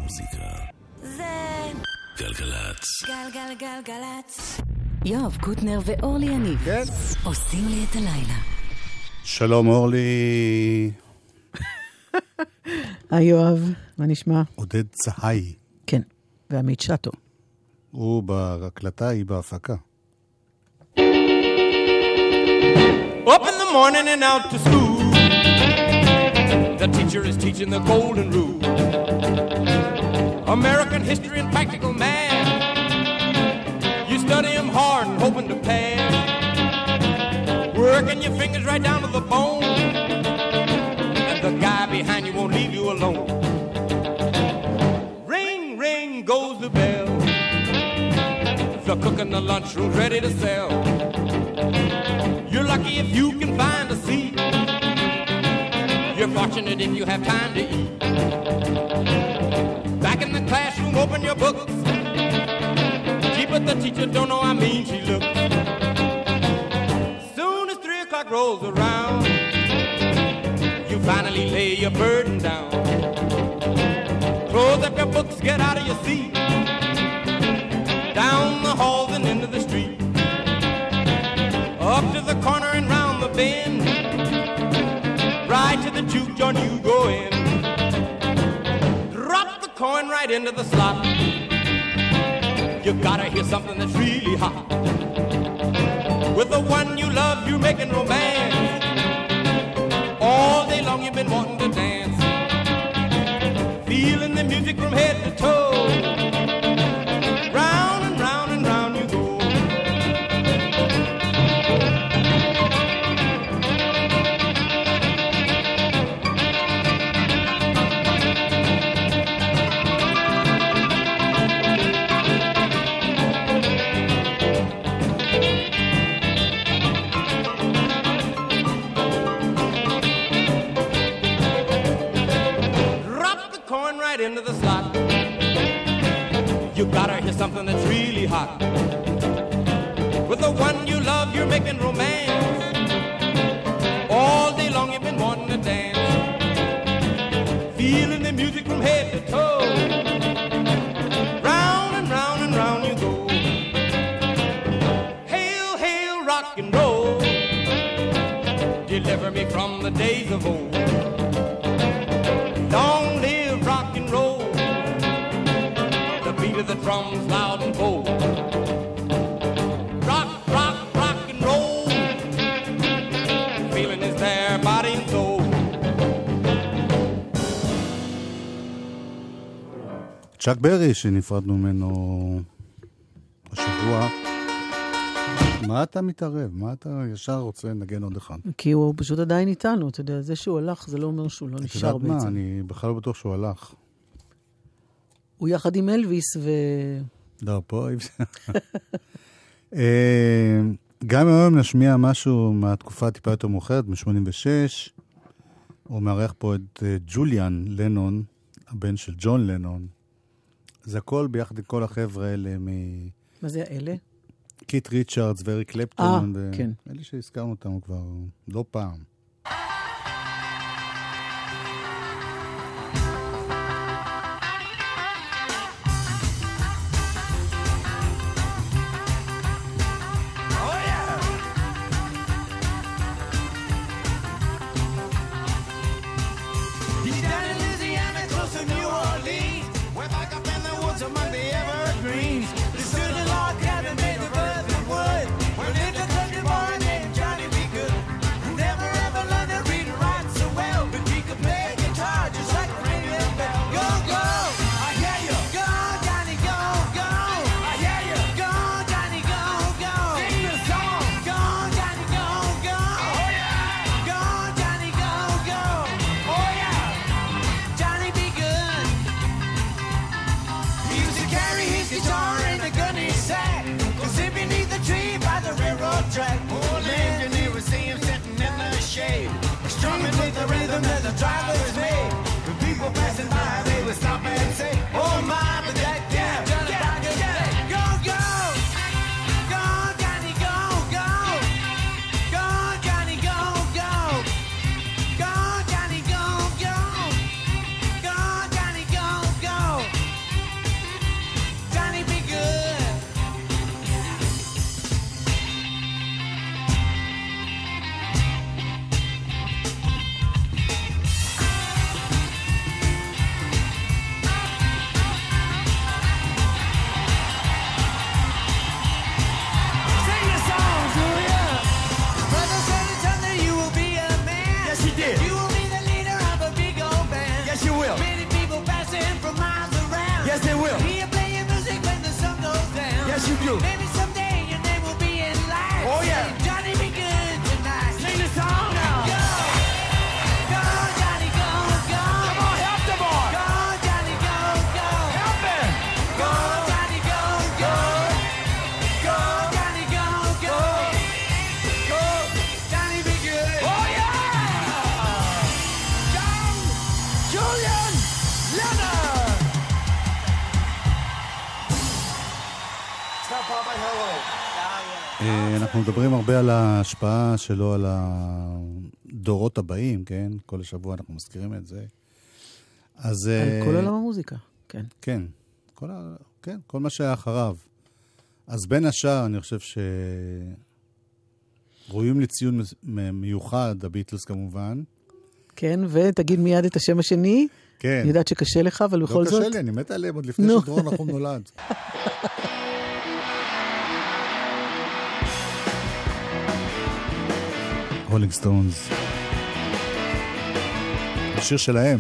המוזיקה זה גלגלצ. גלגלגלגלצ. יואב קוטנר ואורלי יניב עושים לי את הלילה. שלום אורלי. היי יואב, מה נשמע? עודד צהי. כן, ועמית שטו. הוא בהקלטה, היא בהפקה. Up in the morning and out to school. The teacher is teaching the golden rule. American history and practical math. You study them hard and hoping to pass. Working your fingers right down to the bone. And the guy behind you won't leave you alone. Ring, ring goes the bell. The cook in the lunchroom's ready to sell. You're lucky if you can find a seat. You're fortunate if you have time to eat. Back in the classroom, open your books. Gee, but the teacher don't know how mean she looks. Soon as 3 o'clock rolls around, you finally lay your burden down. Close up your books, get out of your seat. Down the halls and into the street. Up to the corner and round the bend. Right to the juke joint you go in. Drop the coin right into the slot. You gotta hear something that's really hot. With the one you love, you're making romance. All day long you've been wanting to dance. Feeling the music from head to toe. Round and round and round you go. Into the slot. You gotta hear something that's really hot. With the one you love, you're making romance. All day long you've been wanting to dance. Feeling the music from head to toe. Round and round and round you go. Hail, hail, rock and roll. Deliver me from the days of old. Long live rock and roll. The beat of the drums loud and bold. Rock, rock, rock and roll. Feeling is there, body and soul. צ'אק ברי שנפרדנו ממנו השבוע. מה אתה מתערב? מה אתה ישר רוצה לנגן עוד אחד? כי הוא פשוט עדיין איתנו, אתה יודע, זה שהוא הלך, זה לא אומר שהוא לא נשאר בעצם. מה, אני בכלל לא בטוח שהוא הלך. הוא יחד עם אלוויס לא, פה אי אפשר. גם היום נשמיע משהו מהתקופה הטיפה יותר מאוחרת, מ-86. הוא מארח פה את ג'וליאן לנון, הבן של ג'ון לנון. זה הכל ביחד עם כל החבר'ה האלה מה זה האלה? קיט ריצ'רדס ואריק קלפטון. כן. אלה שהזכרנו אותם כבר לא פעם. Go, you. Maybe someday your name will be in lights. Oh, yeah. Say, Johnny, be good tonight. Sing the song now. Go, go, Johnny, go, go. Come on, help the boy. Go, Johnny, go, go. Help him. Go, Johnny, go, go. Go, Johnny, go, go. Go, Johnny, be good. Oh, yeah. John Julian Lennon. Tell Papa hello. אנחנו מדברים הרבה על ההשפעה שלו על הדורות הבאים, כן? כל השבוע אנחנו מזכירים את זה. אז... על כל עולם המוזיקה, כן. כן, כל מה שהיה אחריו. אז בין השאר, אני חושב שראויים לציון מיוחד, הביטלס כמובן. כן, ותגיד מיד את השם השני. כן. אני יודעת שקשה לך, אבל בכל זאת... לא קשה לי, אני מת עליהם עוד לפני שדרון נחום נולד. רולינג סטונס. השיר שלהם.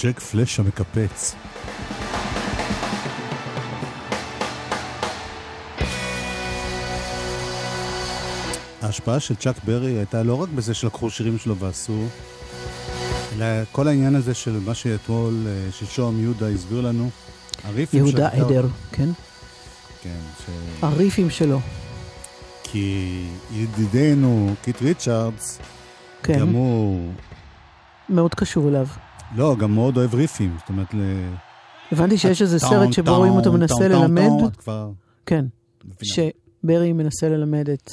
ג'ק פלש המקפץ. ההשפעה של צ'אק ברי הייתה לא רק בזה שלקחו שירים שלו ועשו, אלא כל העניין הזה של מה שאתמול, שלשום יהודה הסביר לנו, הריפים יהודה עדר, כן? כן, הריפים שלו. כי ידידנו, קיט ריצ'רדס, כן. גם הוא... מאוד קשור אליו. לא, גם מאוד אוהב ריפים, זאת אומרת... הבנתי שיש איזה סרט שבו רואים אותו מנסה ללמד. כן, שברי מנסה ללמד את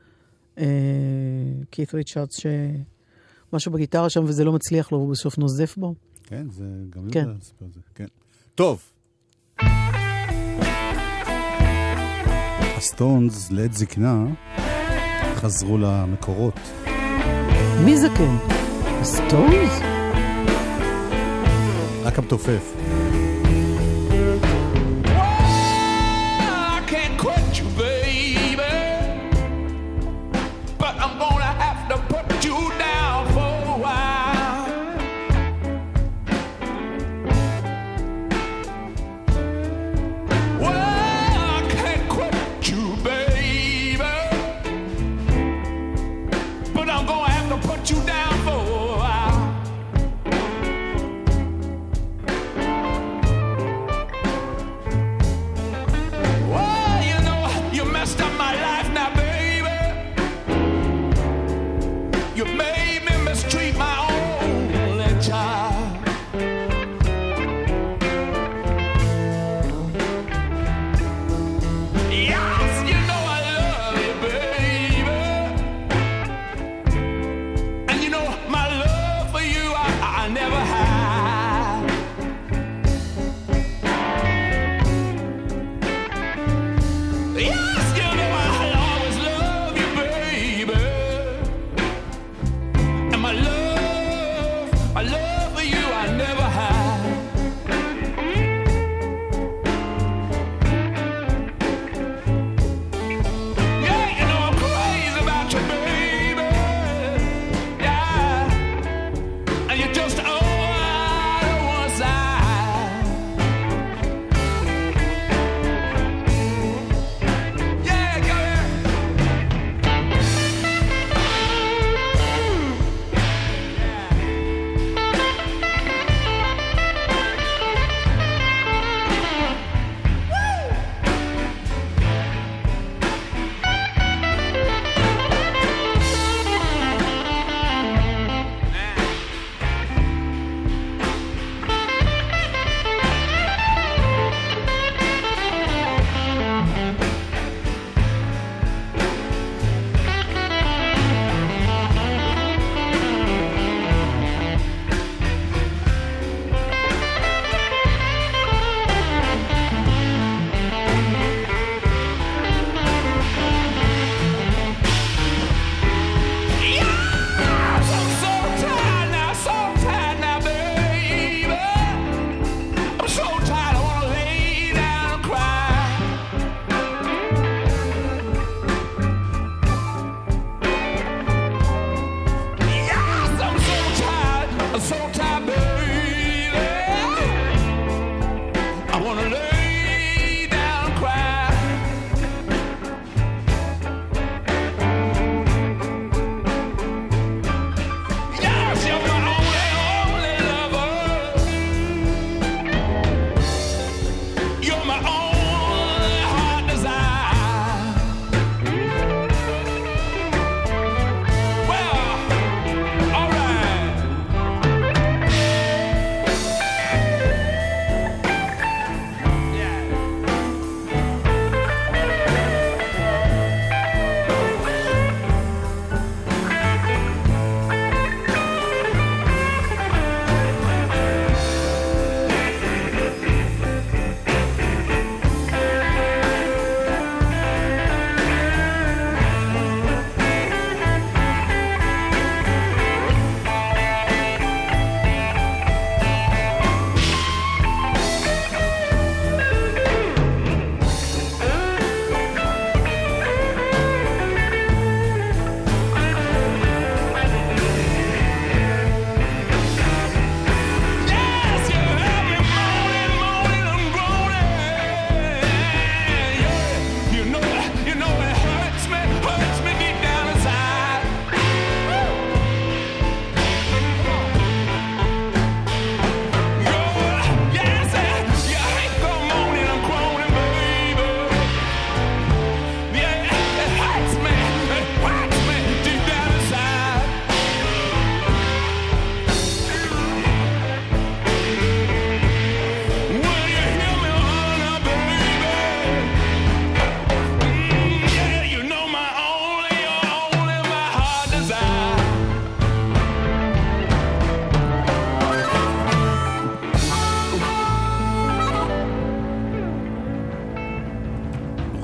קית' ריצ'רדס, שמשהו בגיטרה שם וזה לא מצליח לו, הוא בסוף נוזף בו. כן, זה גם יודע לספר את זה. כן. טוב. הסטונס, לעת זקנה, חזרו למקורות. מי זה כן? הסטונס? רק המתופף. You down for a while.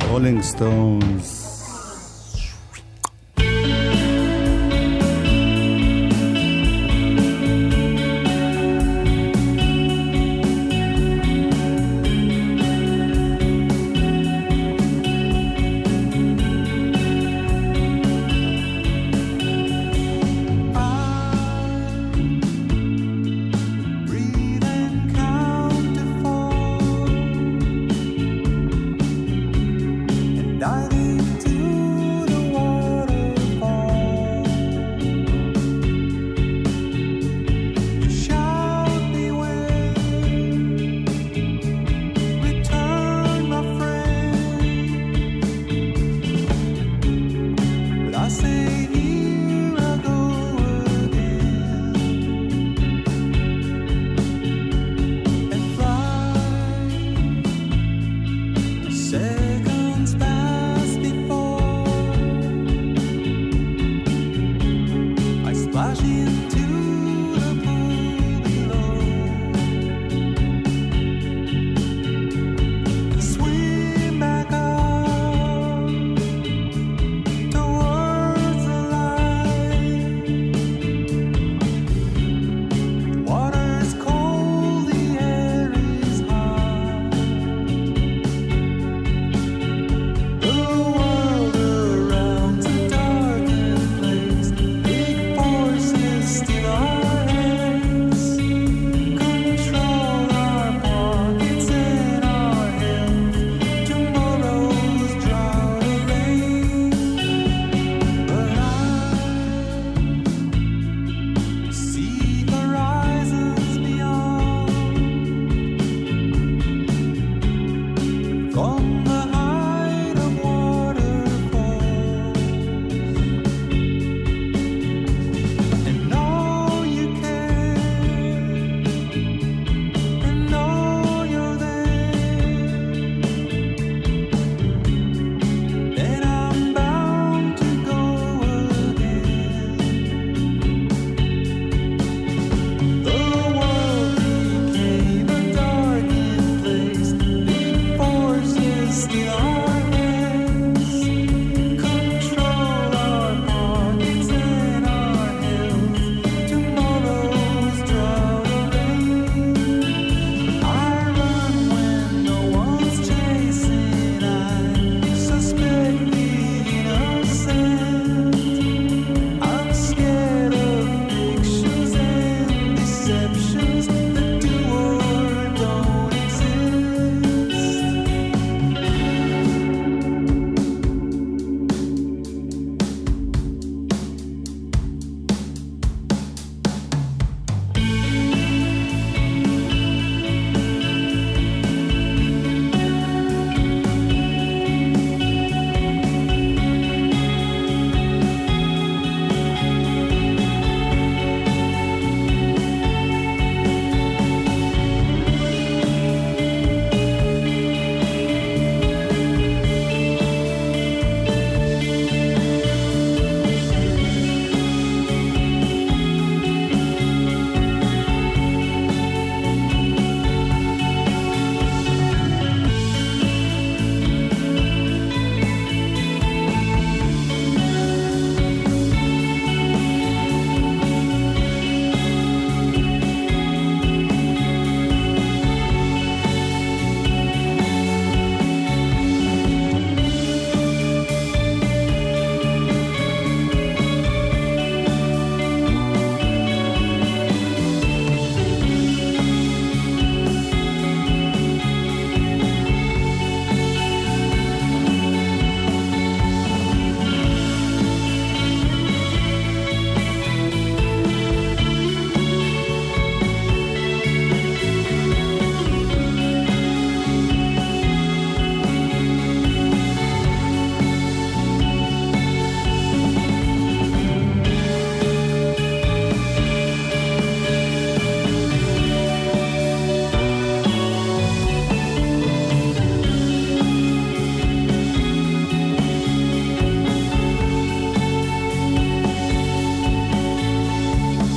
רולינג סטונס.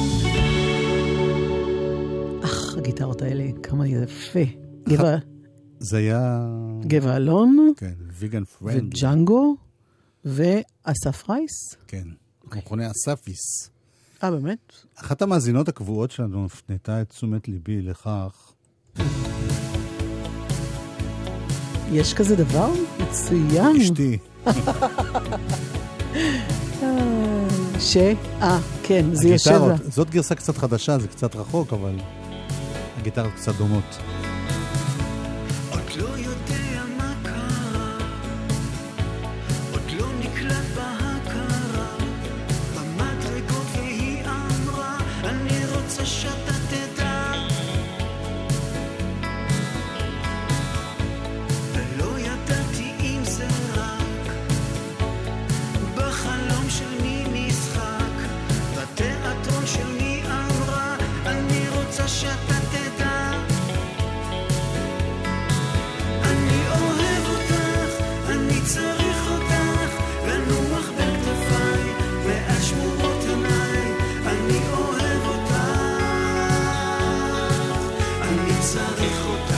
הגיטרות האלה, כמה יפה. גבע, זה היה... גבע אלון. כן, ויגן פרנדלי. וג'אנגו, ואסף רייס. כן, מכונה אספיס. באמת? אחת המאזינות הקבועות שלנו הפנתה את תשומת ליבי לכך. יש כזה דבר? מצוין. אשתי. כן, זה יושב לה. זאת גרסה קצת חדשה, זה קצת רחוק, אבל הגיטרות קצת דומות. עוד לא יודע מה קרה, עוד לא נקלט בהכרה, במדרגות והיא אמרה, אני רוצה שאתה תדע, ולא ידעתי אם זה רק בחלום של מי משחק, בתיאטרון של מי אמרה, אני רוצה שאתה תדע, אני אוהב אותך, אני צריך אותך, לנוח בכתפיי, מעל שמורות עיניי, אני אוהב אותך, אני צריך אותך.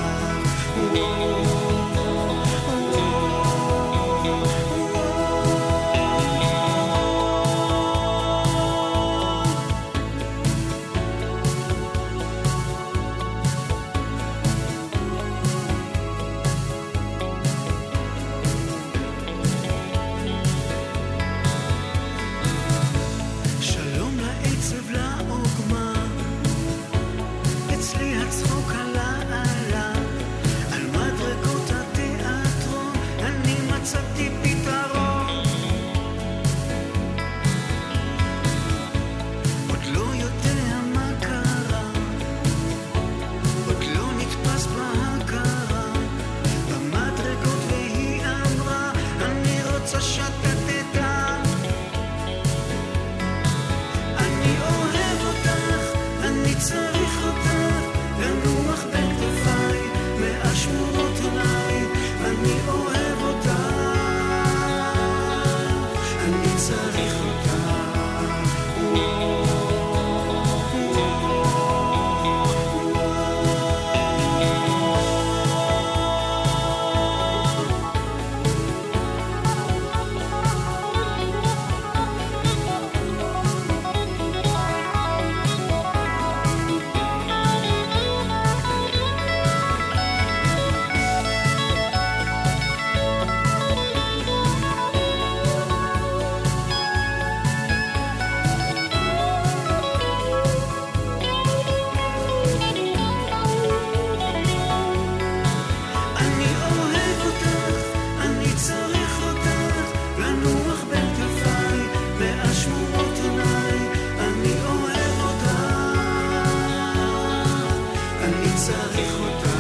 שלום לעצב לעוגמה, אצלי הצחוק עלה על מדרגות התיאטרון, אני מצאתי פתרון, עוד לא יודע מה קרה, עוד לא נתפס בהכרה, במדרגות והיא אמרה, אני רוצה שאתה תדע, אני אוהב אותך, אני צריך אותך, לנוח בכתפיי, מעל שמורות עיניי, אני אוהב אותך, אני צריך אותך. אני אוהב אותך, אני צריך אותך, לנוח בכתפיי, מעל שמורות עיניי, אני אוהב אותך, אני צריך אותך.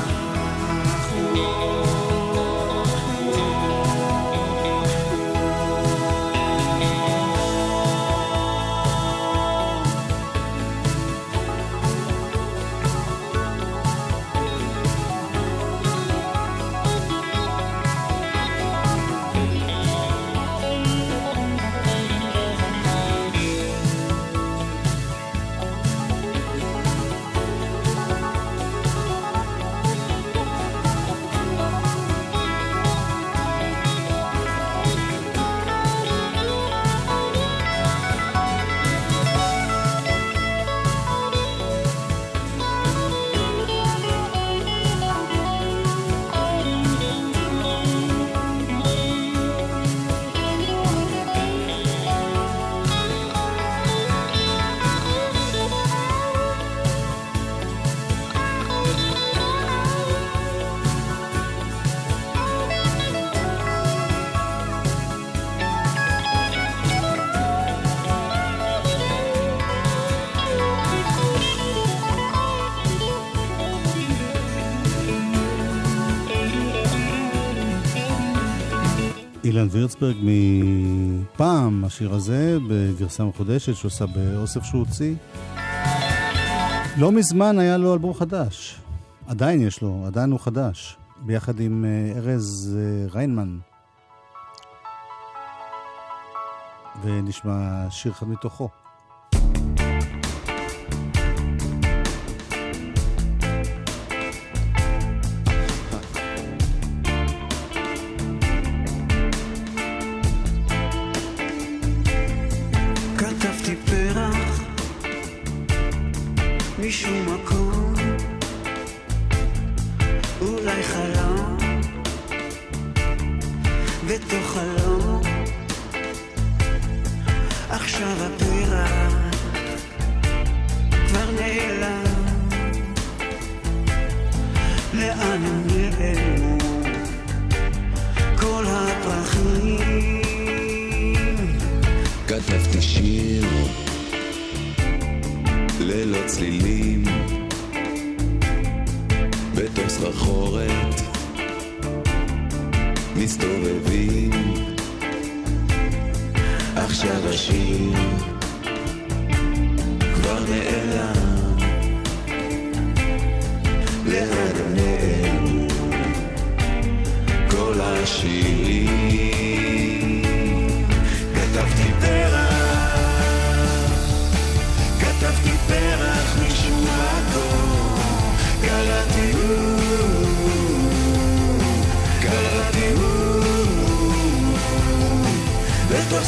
אילן וירצברג מפעם, השיר הזה, בגרסה מחודשת שעושה באוסף שהוא הוציא. לא מזמן היה לו אלבום חדש. עדיין יש לו, עדיין הוא חדש. ביחד עם ארז ריינמן. ונשמע שיר אחד מתוכו. מתוך חלום, עכשיו הפרח כבר נעלם, לאן הם נעלמו כל הפרחים? כתבתי שיר ללא צלילים בתוך סחרחורת מסתובבים, עכשיו השיר כבר נעלם, לאן הם נעלמו כל השירים? כתבתי פרח משום מקום, קראתי בתוך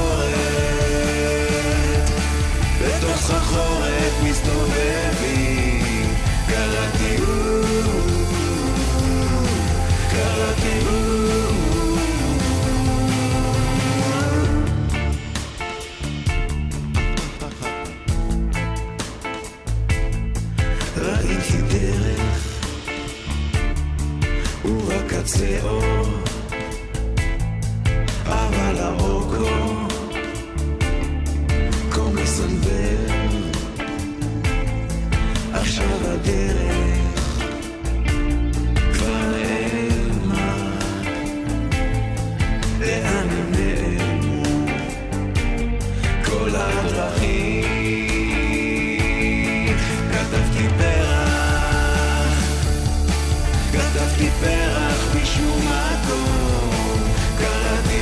סחרחורת מסתובבים, קראתי ראיתי דרך ורק קצה אור, אבל האור כה מסנבר, עכשיו הדרך כבר נעלמה, לאן הם נעלמו כל הדרכים? כתבתי פרח משום מקום, קראתי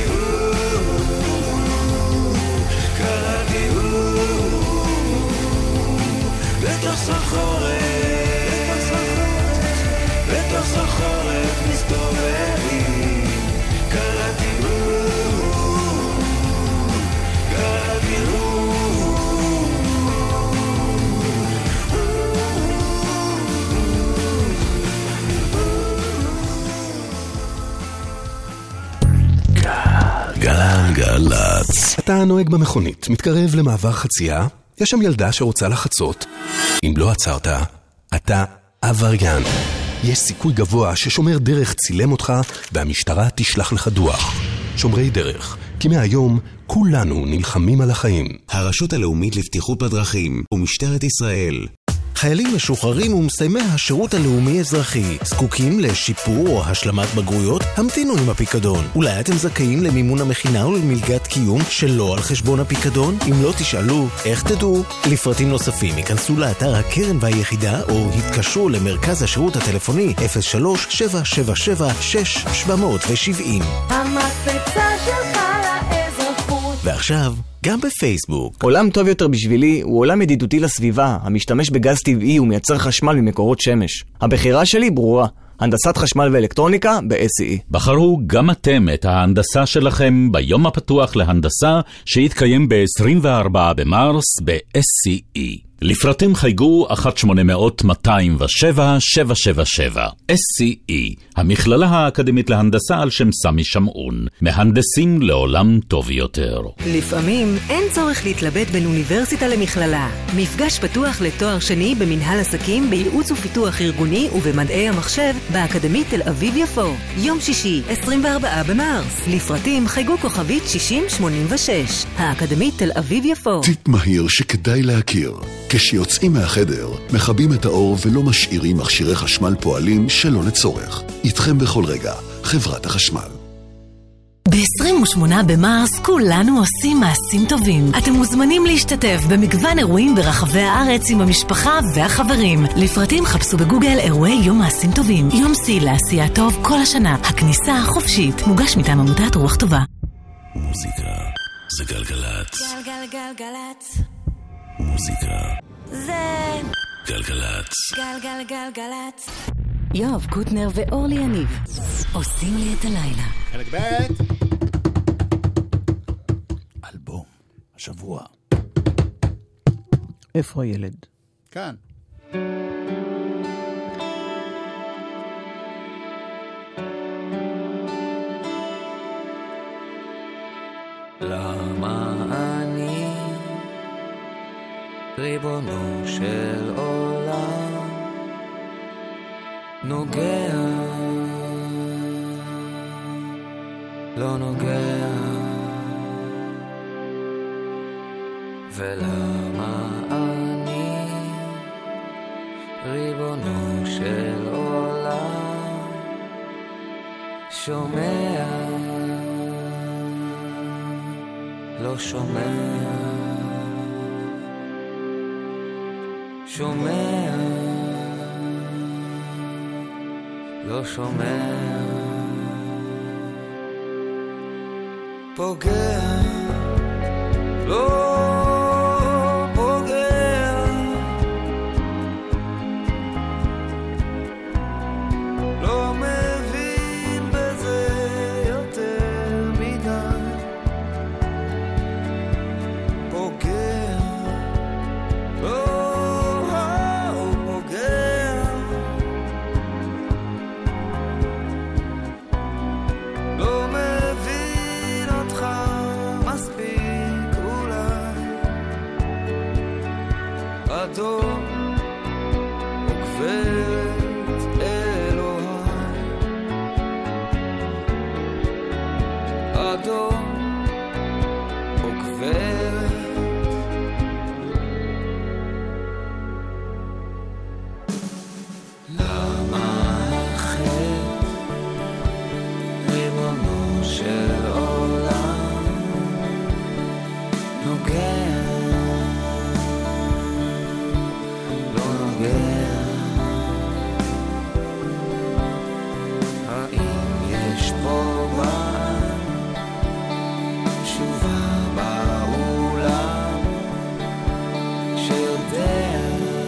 בתוך סחרחורת מסתובבים, קראתי גלגלצ. אתה נוהג במכונית, מתקרב למעבר חצייה, יש שם ילדה שרוצה לחצות. אם לא עצרת, אתה עבריין. יש סיכוי גבוה ששומר דרך צילם אותך והמשטרה תשלח לך דוח. שומרי דרך, כי מהיום כולנו נלחמים על החיים. הרשות הלאומית לבטיחות בדרכים ומשטרת ישראל. חיילים משוחררים ומסיימי השירות הלאומי אזרחי זקוקים לשיפור או השלמת בגרויות? המתינו עם הפיקדון. אולי אתם זכאים למימון המכינה או למלגת קיום שלא על חשבון הפיקדון? אם לא תשאלו, איך תדעו? לפרטים נוספים ייכנסו לאתר הקרן והיחידה או התקשרו למרכז השירות הטלפוני 03-777-6770. המקפצה שלך לאזרחות. ועכשיו גם בפייסבוק. עולם טוב יותר בשבילי הוא עולם ידידותי לסביבה, המשתמש בגז טבעי ומייצר חשמל ממקורות שמש. הבחירה שלי ברורה, הנדסת חשמל ואלקטרוניקה ב-SCE. בחרו גם אתם את ההנדסה שלכם ביום הפתוח להנדסה שיתקיים ב-24 במרס ב-SCE. לפרטים חייגו 1-800-207-777. SCE, המכללה האקדמית להנדסה על שם סמי שמעון. מהנדסים לעולם טוב יותר. לפעמים אין צורך להתלבט בין אוניברסיטה למכללה. מפגש פתוח לתואר שני במנהל עסקים, בייעוץ ופיתוח ארגוני ובמדעי המחשב באקדמית תל אביב יפו. יום שישי, 24 במרס. לפרטים חייגו כוכבית 6086. האקדמית תל אביב יפו. טיפ מהיר שכדאי להכיר. כשיוצאים מהחדר, מכבים את האור ולא משאירים מכשירי חשמל פועלים שלא לצורך. איתכם בכל רגע, חברת החשמל. ב-28 במרס כולנו עושים מעשים טובים. אתם מוזמנים להשתתף במגוון אירועים ברחבי הארץ עם המשפחה והחברים. לפרטים חפשו בגוגל אירועי יום מעשים טובים. יום שיא לעשייה טוב כל השנה. הכניסה חופשית. מוגש מטעם עמותת רוח טובה. מוזיקה זה גלגלצ. גלגלגלגלצ. מוזיקה זה גלגלצ. גלגלגלגלצ. יואב קוטנר ואורלי יניב עושים לי את הלילה. חלק ב' אלבום השבוע. איפה הילד? כאן. למה אני ריבונו של עולם נוגע לא נוגע ולמה אני ריבונו של עולם שומע לא שומע שומע לא שומע פוגע לא פוגע לא מבין בזה יותר מדי פוגע לא פוגע לא מבין אותך מספיק אולי אדום וגברת אלוהי אדום וגברת למה החטא ריבונו של עולם נוגע לא נוגע האם יש פה בעם תשובה באולם שיודע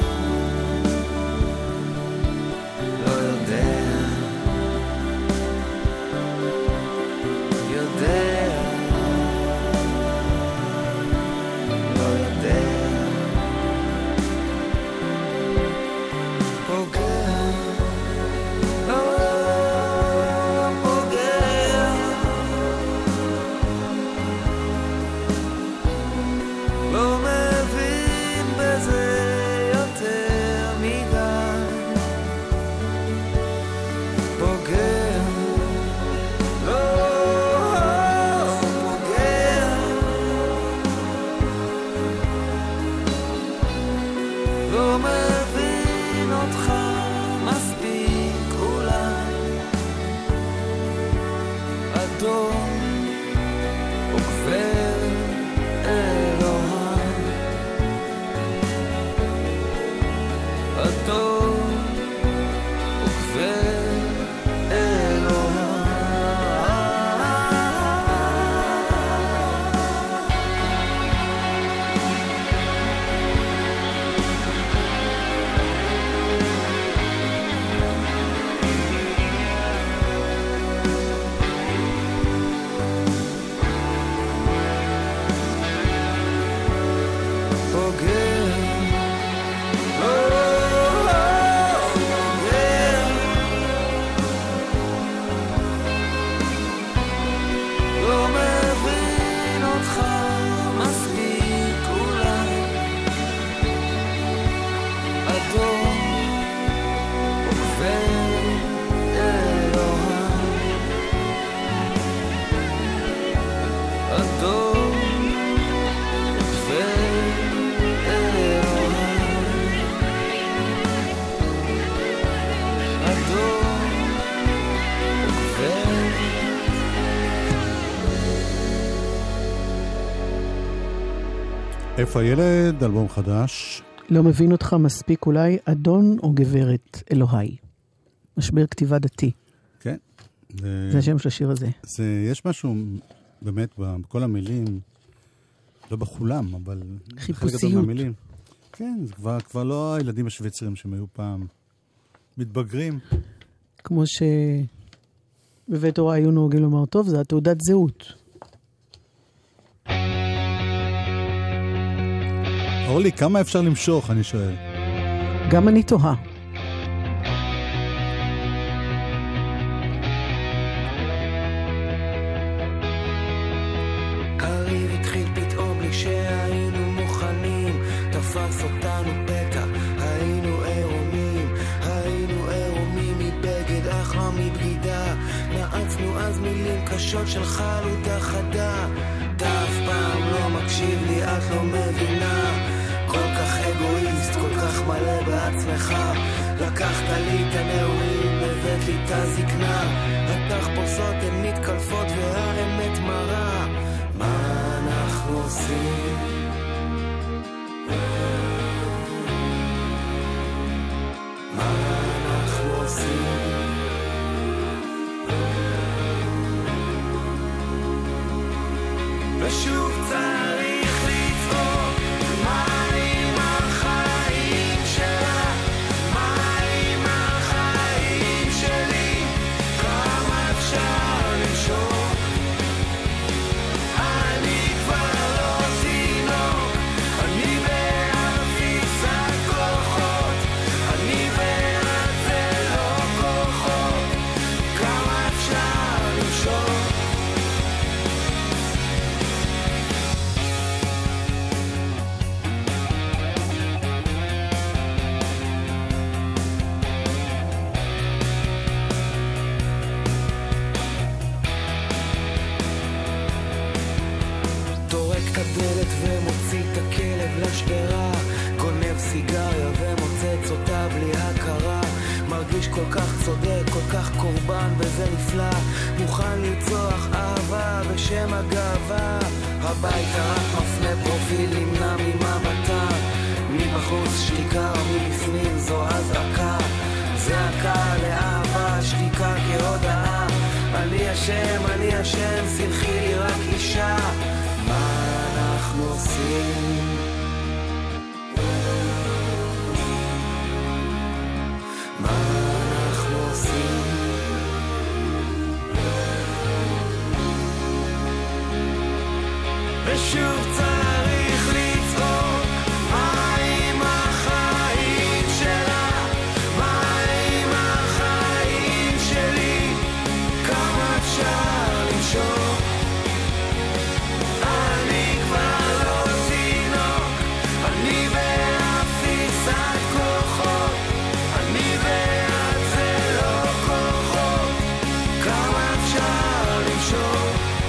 לא יודע יודע לא יודע פוגע לא פוגע לא מבין בזה יותר מדי פוגע לא פוגע לא מבין אותך מספיק אולי אדום וגבר אלוהי אדום וגבר איפה הילד? אלבום חדש. לא מבין אותך מספיק אולי, אדון או גברת אלוהי. משבר כתיבה דתי. כן. זה השם של השיר הזה. יש משהו באמת בכל המילים, לא בכולם, אבל חיפושיות. כן, זה כבר לא הילדים השוויצרים שהם היו פעם מתבגרים. כמו שבבית הוראה היו נוהגים לומר, טוב, זה התעודת זהות. אורלי, כמה אפשר למשוך, אני שואל? גם אני תוהה. ארי דרס אותנו פקע, היינו עירומים מבגד אך לא מבגידה, נעצנו אז מילים קשות של חלוטה חדה, אתה אף פעם לא מקשיב לי, את לא מבינה, כל כך אגואיסט, כל כך מלא בעצמך, לקחת לי את הנעורים, הבאת לי את הזקנה, התחפושות הן מתקלפות והאמת מרה, מה אנחנו עושים? מה אנחנו עושים? ושוב צריך לצעוק, מה עם החיים שלה? מה עם החיים שלי? כמה אפשר לנשום? אני כבר לא תינוק, אני באפיסת כוחות, אני בעד זה לא כוחות, כמה אפשר לנשום? הדלת ומוציא את הכלב לשדרה, גונב סיגריה ומוצץ אותה בלי הכרה, מרגיש כל כך צודק, כל כך קורבן וזה נפלא, מוכן לרצוח אהבה בשם הגאווה, הביתה רק מפנה פרופיל, נמנע ממבטה, מבחוץ שתיקה ומבפנים זו הזעקה, זעקה לאהבה, שתיקה כהודעה, אני אשם, סלחי לי רק אישה, מה אנחנו עושים? מה אנחנו עושים? ושוב צריך לצעוק, מה עם החיים שלה? מה עם החיים שלי? כמה אפשר לנשום? אני כבר לא תינוק, אני באפיסת כוחות, אני בעד זה לא כוחות, כמה אפשר לנשום?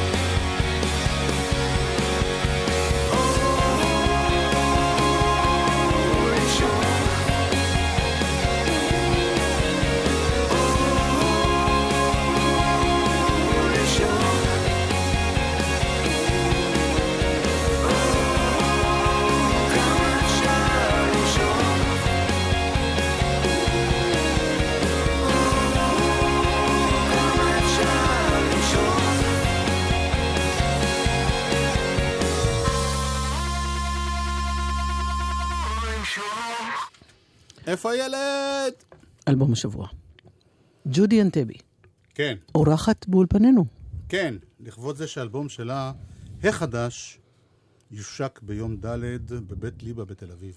איפה הילד? אלבום השבוע. ג'ודי אנטבי. כן. אורחת באולפנינו. כן, לכבוד זה שהאלבום שלה, החדש, יושק ביום ד' בבית ליבה בתל אביב.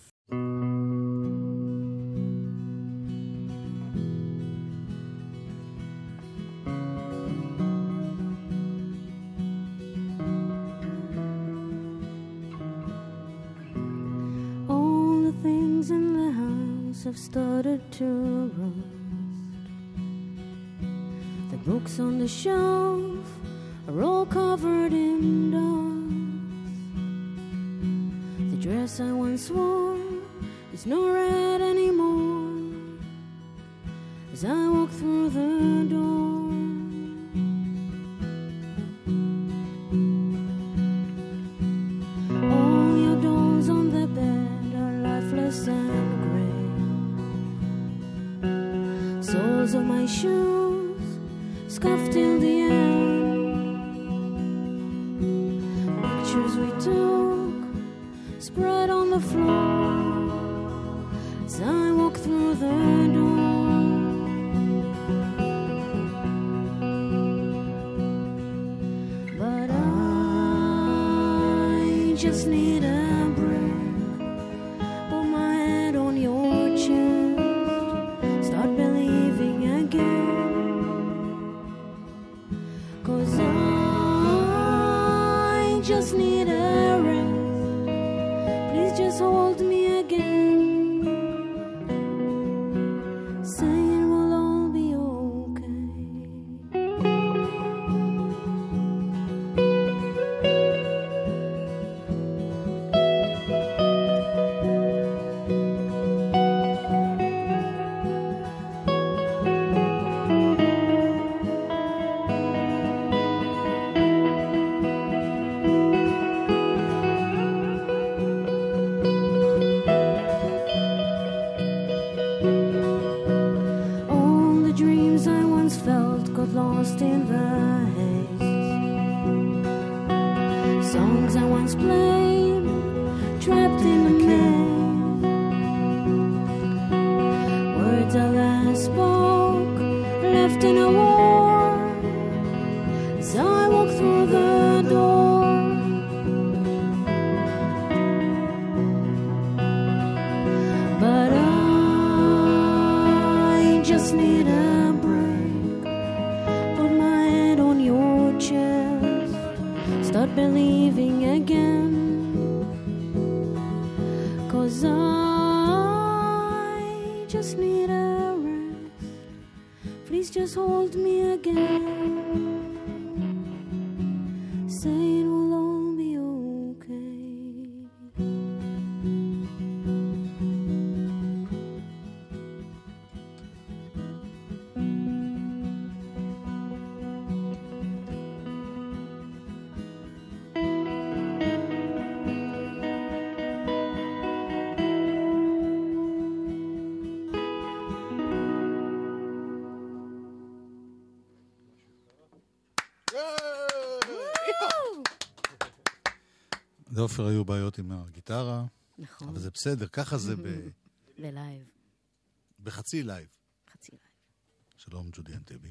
All the things in the house have started to rust. The books on the shelf are all covered in dust. The dress I once wore is not red anymore as I walk through the door. All your dolls on the bed are lifeless and gray. Soles of my shoes scuffed till the end. Pictures we took spread on the floor as I walk through the door. But I just need a break. Put my head on your chest, start believing again. 'Cause I just need a rest. Please just hold me again. got lost in the haze. Songs I once played, trapped in the maze. Words I last spoke, left in a war. As I walk through the door, but I just need a break. Put my head on your chest, start believing again. 'Cause I just need a rest. Please just hold me again. Say it will all be okay. לעופר היו בעיות עם הגיטרה. נכון. אבל זה בסדר, ככה זה בלייב. בחצי לייב. חצי לייב. שלום ג'ודי אנטבי.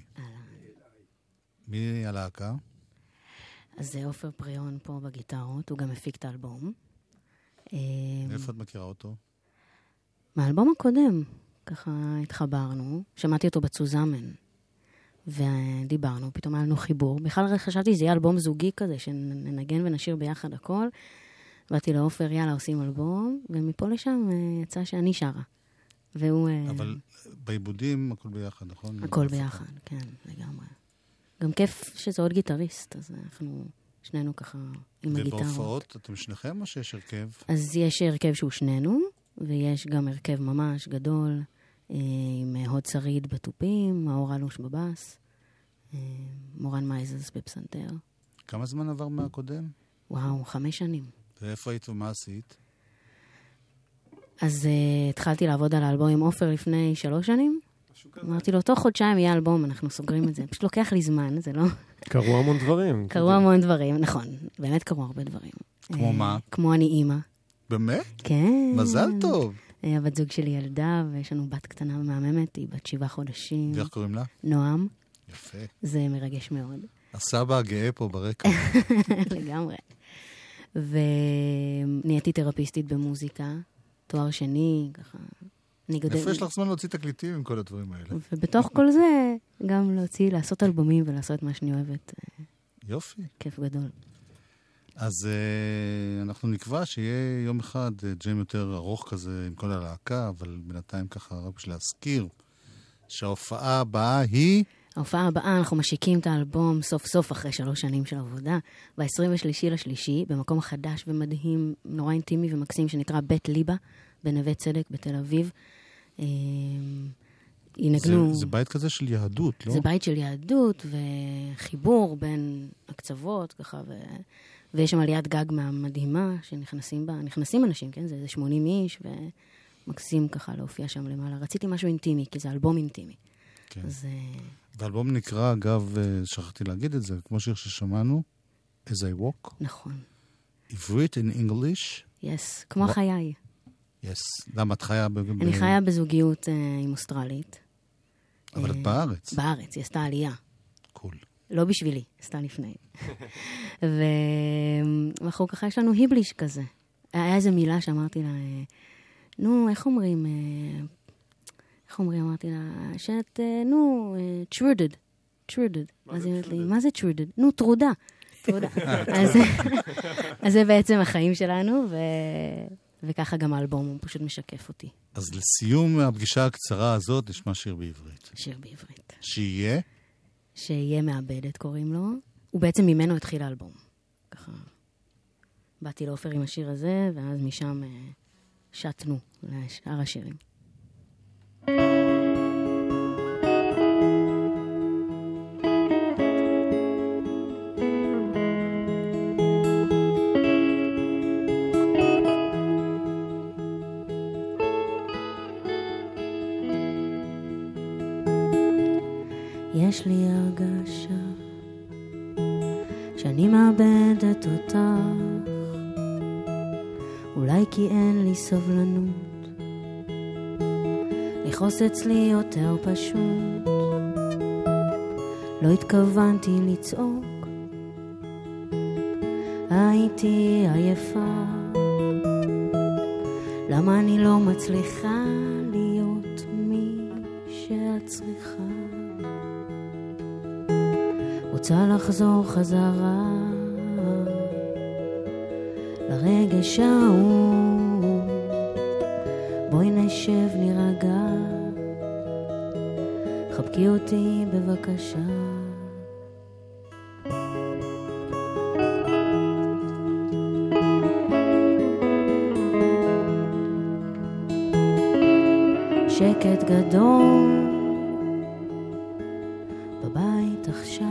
מי הלהקה? אז זה עופר פריון פה בגיטרות, הוא גם הפיק את האלבום. איפה את מכירה אותו? מהאלבום הקודם, ככה התחברנו, שמעתי אותו בצוזמן, ודיברנו, פתאום היה לנו חיבור. בכלל חשבתי שזה יהיה אלבום זוגי כזה, שננגן ונשיר ביחד הכל. באתי לעופר, יאללה, עושים אלבום, ומפה לשם יצא שאני שרה. והוא... אבל בעיבודים הכל ביחד, נכון? הכל ביחד, כן, לגמרי. גם כיף שזה עוד גיטריסט, אז אנחנו שנינו ככה עם הגיטרות. ובהופעות אתם שניכם או שיש הרכב? אז יש הרכב שהוא שנינו, ויש גם הרכב ממש גדול, עם הוד שריד בטופים, מאור אלוש בבאס, מורן מייזלס בפסנתר. כמה זמן עבר מהקודם? וואו, 5 שנים. ואיפה היית ומה עשית? אז התחלתי לעבוד על האלבום עם עופר לפני 3 שנים. אמרתי לו, תוך חודשיים יהיה אלבום, אנחנו סוגרים את זה. פשוט לוקח לי זמן, זה לא... קרו המון דברים. קרו המון דברים, נכון. באמת קרו הרבה דברים. כמו מה? כמו אני אימא. באמת? כן. מזל טוב. הבת זוג שלי ילדה, ויש לנו בת קטנה ומהממת, היא בת 7 חודשים. ואיך קוראים לה? נועם. יפה. זה מרגש מאוד. הסבא הגאה פה ברקע. לגמרי. ונהייתי תרפיסטית במוזיקה, תואר שני, ככה. איפה יש לך זמן להוציא תקליטים עם כל הדברים האלה? ובתוך כל זה, גם לעשות אלבומים ולעשות מה שאני אוהבת. יופי. כיף גדול. אז אנחנו נקבע שיהיה יום אחד ג'ם יותר ארוך כזה עם כל הלהקה, אבל בינתיים ככה רק בשביל להזכיר שההופעה הבאה היא... ההופעה הבאה, אנחנו משיקים את האלבום סוף סוף אחרי 3 שנים של עבודה, ב-23/3, במקום חדש ומדהים, נורא אינטימי ומקסים, שנקרא בית ליבה, בנווה צדק, בתל אביב. ינגנו... זה בית כזה של יהדות, לא? זה בית של יהדות וחיבור בין הקצוות, ככה, ויש שם עליית גג מדהימה שנכנסים בה, נכנסים אנשים, כן? זה 80 איש, ומקסים ככה להופיע שם למעלה. רציתי משהו אינטימי, כי זה אלבום אינטימי. כן. אז... והאלבום נקרא, אגב, שכחתי להגיד את זה, כמו שיר ששמענו, As I Walk. נכון. עברית in English. Yes, כמו חיי. Yes. למה את חיה? אני חיה בזוגיות עם אוסטרלית. אבל את בארץ. בארץ, היא עשתה עלייה. קול. לא בשבילי, עשתה לפני. ואחר כך יש לנו היבליש כזה. היה איזו מילה שאמרתי לה, נו, איך אומרים? אמרתי לה, שאת, נו, טרודד. אז היא אומרת לי, מה זה טרודד? נו, טרודה. אז זה בעצם החיים שלנו, וככה גם האלבום, הוא פשוט משקף אותי. אז לסיום הפגישה הקצרה הזאת, נשמע שיר בעברית. שיר בעברית. שיהיה? שיהיה מאבדת, קוראים לו. הוא בעצם ממנו התחיל האלבום. ככה, באתי לעופר עם השיר הזה, ואז משם שתנו לשאר השירים. יש לי הרגשה שאני מאבדת אותך, אולי כי אין לי סבלנות, לכעוס אצלי יותר פשוט, לא התכוונתי לצעוק, הייתי עייפה, למה אני לא מצליחה להיות מי שאת צריכה, רוצה לחזור חזרה לרגש ההוא, בואי נשב נירגע, חבקי אותי בבקשה. שקט גדול בבית עכשיו,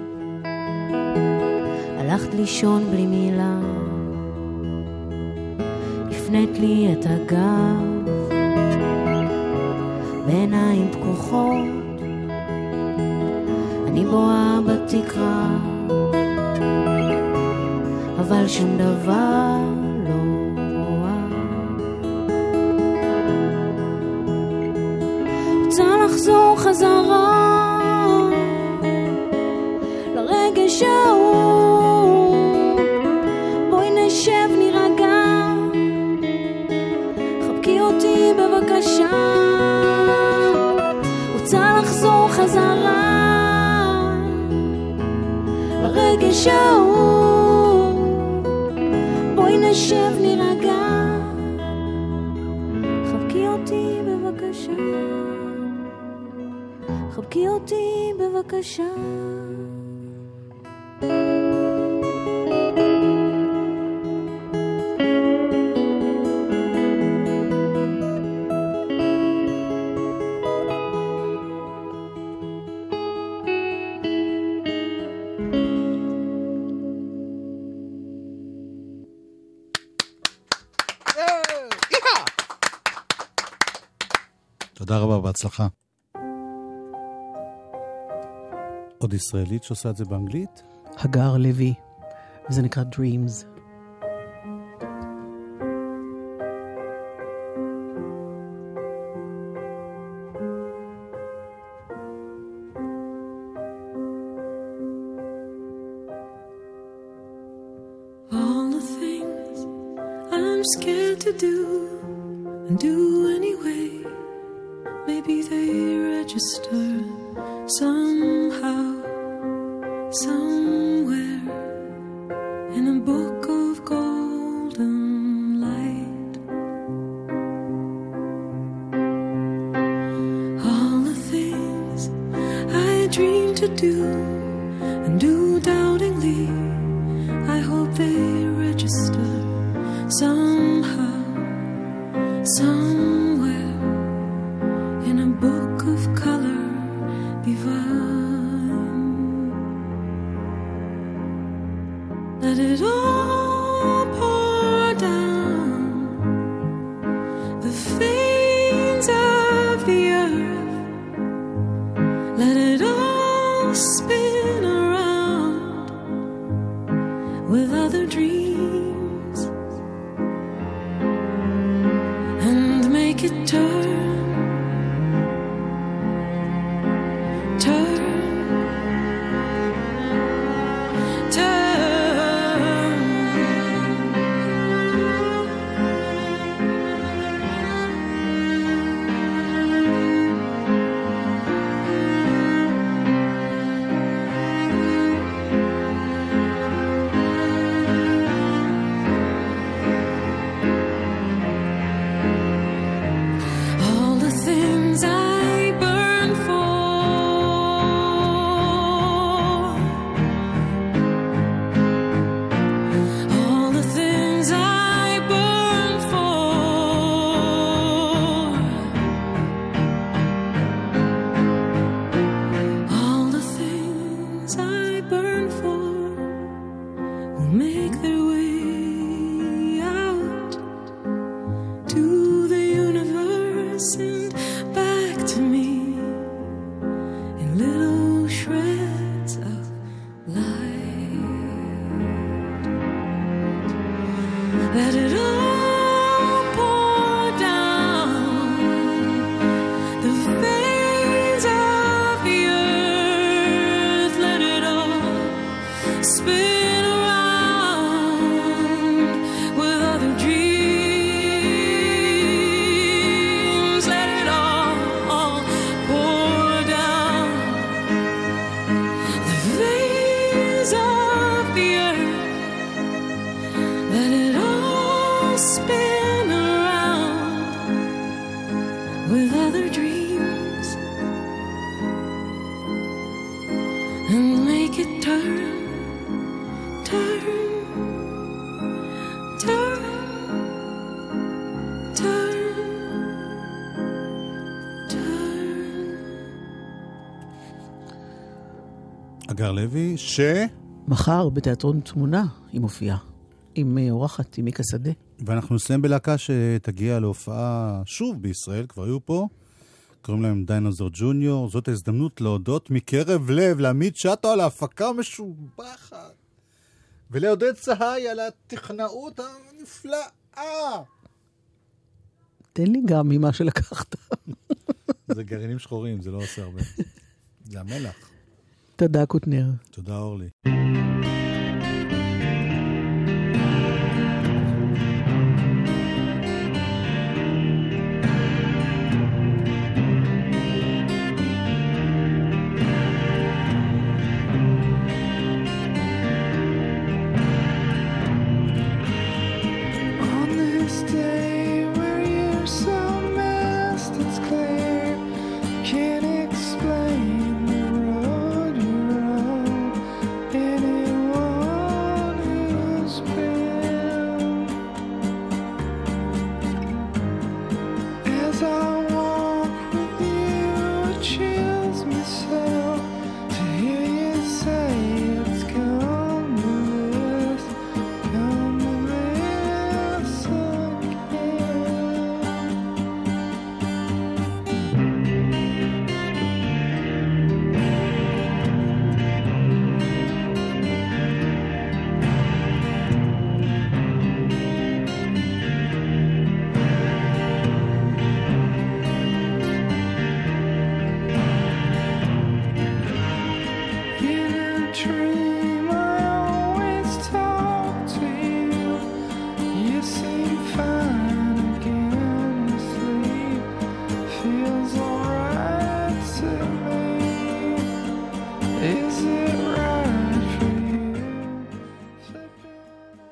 הלכת לישון בלי מילה, הפנית לי את הגב, בעיניים פקוחות אני בואה בתקרה, אבל שום דבר לא רואה, רוצה לחזור חזרה לרגש ההוא, בואי נשב נירגע, חבקי אותי בבקשה, רוצה לחזור חזרה לרגש ההוא, בואי נשב נירגע, חבקי אותי בבקשה, חבקי אותי בבקשה. תודה רבה, בהצלחה. עוד ישראלית שעושה את זה באנגלית? הגר לוי, וזה נקרא Dreams. All the things I'm scared to do and do anyway, maybe they register somehow, somewhere in a book of golden light. All the things I dream to do and do doubtingly, I hope they register somehow, somewhere in a book of color divine. Let it all pour down the veins of the earth. Let it all spin around with other dreams and make it turn, turn, turn. and make it turn, turn, turn, turn, turn. אגר לוי, מחר בתיאטרון תמונה היא מופיעה, עם אורחת, עם מיקה שדה. ואנחנו נסיים בלהקה שתגיע להופעה שוב בישראל, כבר היו פה, קוראים להם דיינוזור ג'וניור. זאת ההזדמנות להודות מקרב לב לעמית שטו על ההפקה המשובחת, ולעודד צהי על הטכנאות הנפלאה. תן לי גם ממה שלקחת. זה גרעינים שחורים, זה לא עושה הרבה. זה המלח. תודה קוטנר. תודה אורלי.